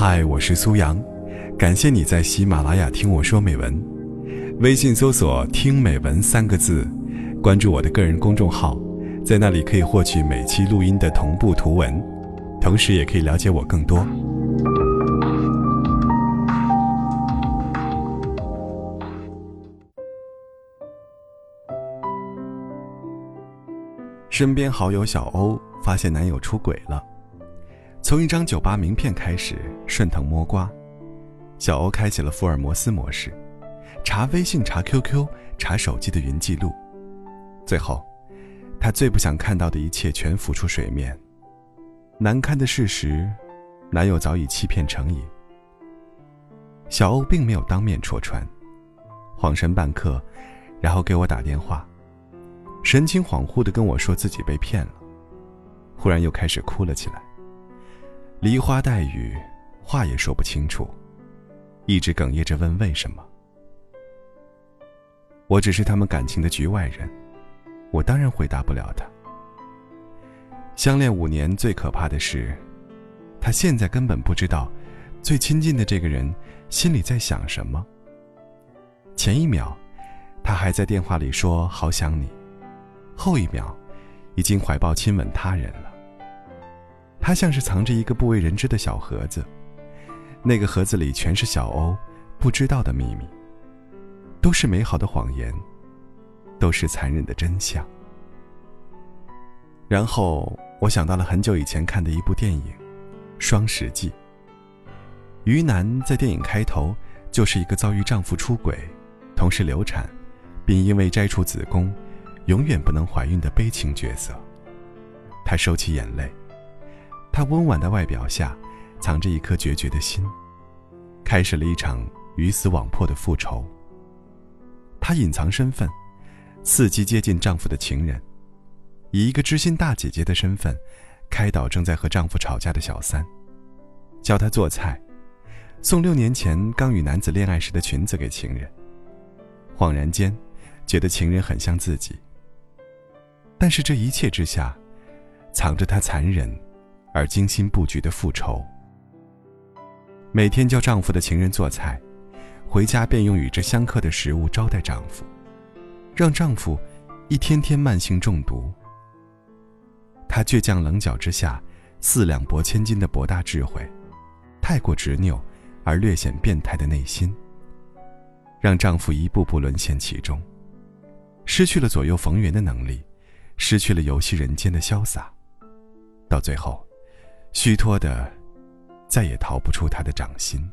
嗨，我是苏阳，感谢你在喜马拉雅听我说美文。微信搜索听美文3个字，关注我的个人公众号，在那里可以获取每期录音的同步图文，同时也可以了解我更多。身边好友小欧发现男友出轨了，从一张酒吧名片开始顺藤摸瓜，小欧开启了福尔摩斯模式，查微信、查 QQ、查手机的云记录，最后他最不想看到的一切全浮出水面。难堪的事实，男友早已欺骗成瘾。小欧并没有当面戳穿，恍神半刻，然后给我打电话，神情恍惚地跟我说自己被骗了，忽然又开始哭了起来，梨花带雨，话也说不清楚，一直哽咽着问为什么。我只是他们感情的局外人，我当然回答不了他。相恋5年，最可怕的是，他现在根本不知道最亲近的这个人心里在想什么。前一秒，他还在电话里说好想你，后一秒，已经怀抱亲吻他人了。他像是藏着一个不为人知的小盒子，那个盒子里全是小欧不知道的秘密，都是美好的谎言，都是残忍的真相。然后我想到了很久以前看的一部电影《双十记》。于南在电影开头就是一个遭遇丈夫出轨，同时流产，并因为摘除子宫永远不能怀孕的悲情角色。她收起眼泪，她温婉的外表下藏着一颗决绝的心，开始了一场鱼死网破的复仇。她隐藏身份，伺机接近丈夫的情人，以一个知心大姐姐的身份开导正在和丈夫吵架的小三，教她做菜，送6年前刚与男子恋爱时的裙子给情人，恍然间觉得情人很像自己。但是这一切之下，藏着她残忍而精心布局的复仇。每天教丈夫的情人做菜，回家便用与之相克的食物招待丈夫，让丈夫一天天慢性中毒。她倔强棱角之下4两拨千斤的博大智慧，太过执拗而略显变态的内心，让丈夫一步步沦陷其中，失去了左右逢源的能力，失去了游戏人间的潇洒，到最后虚脱的再也逃不出他的掌心。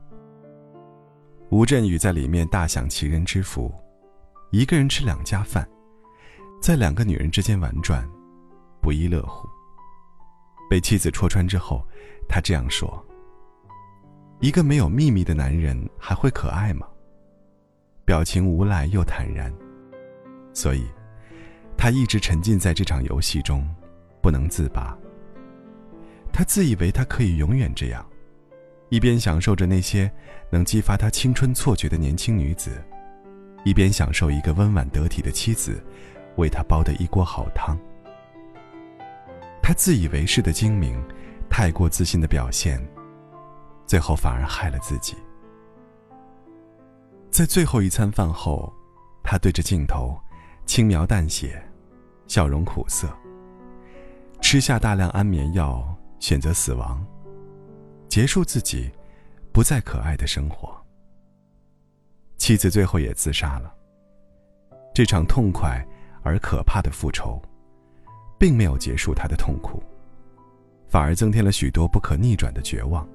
吴镇宇在里面大享其人之福，一个人吃2家饭，在2个女人之间玩转，不亦乐乎。被妻子戳穿之后，他这样说：一个没有秘密的男人还会可爱吗？表情无赖又坦然。所以他一直沉浸在这场游戏中，不能自拔。他自以为他可以永远这样，一边享受着那些能激发他青春错觉的年轻女子，一边享受一个温婉得体的妻子为他煲的一锅好汤。他自以为是的精明，太过自信的表现，最后反而害了自己。在最后一餐饭后，他对着镜头轻描淡写，笑容苦涩，吃下大量安眠药，选择死亡，结束自己不再可爱的生活。妻子最后也自杀了。这场痛快而可怕的复仇并没有结束他的痛苦，反而增添了许多不可逆转的绝望。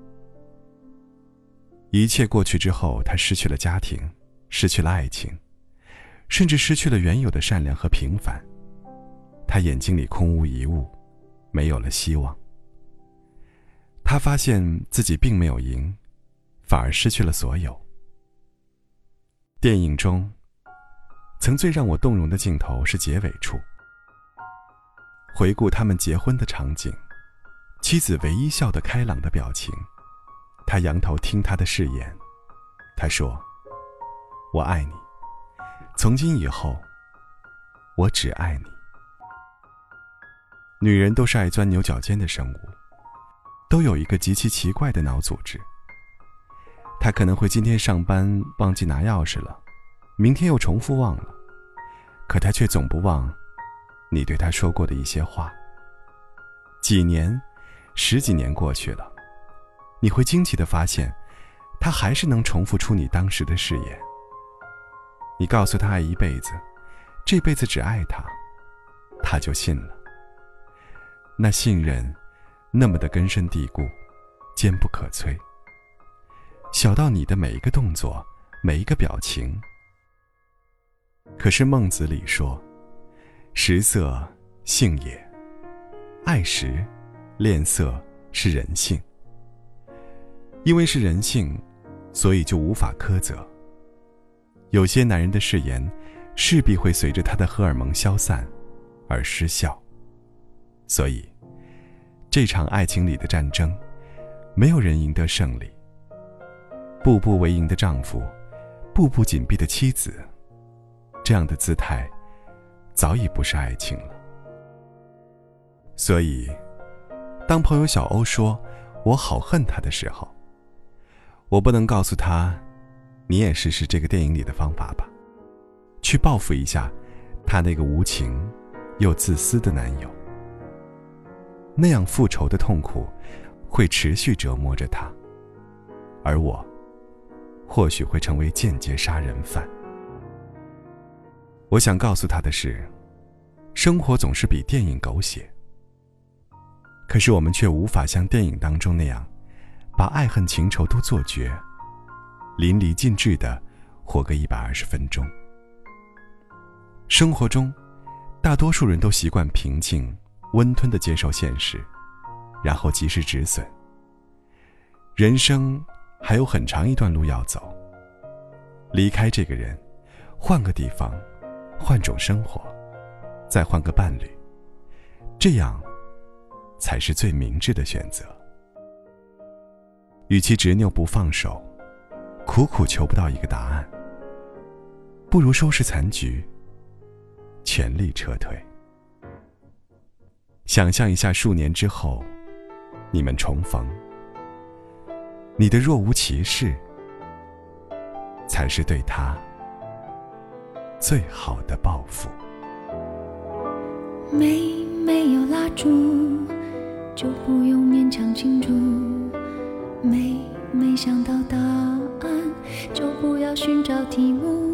一切过去之后，他失去了家庭，失去了爱情，甚至失去了原有的善良和平凡。他眼睛里空无一物，没有了希望。他发现自己并没有赢，反而失去了所有。电影中曾最让我动容的镜头是结尾处，回顾他们结婚的场景，妻子唯一笑得开朗的表情，他仰头听他的誓言。他说：我爱你，从今以后我只爱你。女人都是爱钻牛角尖的生物， 都有一个极其奇怪的脑组织。他可能会今天上班忘记拿钥匙了，明天又重复忘了，可他却总不忘你对他说过的一些话。几年、10几年过去了，你会惊奇地发现，他还是能重复出你当时的誓言。你告诉他爱一辈子，这辈子只爱他，他就信了。那信任那么的根深蒂固，坚不可摧，小到你的每一个动作，每一个表情。可是孟子里说，食色性也，爱食恋色是人性。因为是人性，所以就无法苛责。有些男人的誓言势必会随着他的荷尔蒙消散而失效，所以这场爱情里的战争，没有人赢得胜利。步步为营的丈夫，步步紧逼的妻子，这样的姿态早已不是爱情了。所以当朋友小欧说我好恨他的时候，我不能告诉他，你也试试这个电影里的方法吧，去报复一下他那个无情又自私的男友。那样复仇的痛苦会持续折磨着他，而我或许会成为间接杀人犯。我想告诉他的是，生活总是比电影狗血，可是我们却无法像电影当中那样把爱恨情仇都做绝，淋漓尽致地活个120分钟。生活中，大多数人都习惯平静、温吞地接受现实，然后及时止损。人生还有很长一段路要走，离开这个人，换个地方，换种生活，再换个伴侣，这样才是最明智的选择。与其执拗不放手，苦苦求不到一个答案，不如收拾残局，全力撤退。想象一下数年之后，你们重逢，你的若无其事，才是对他最好的报复。 没有蜡烛，就不用勉强庆祝。没想到答案，就不要寻找题目。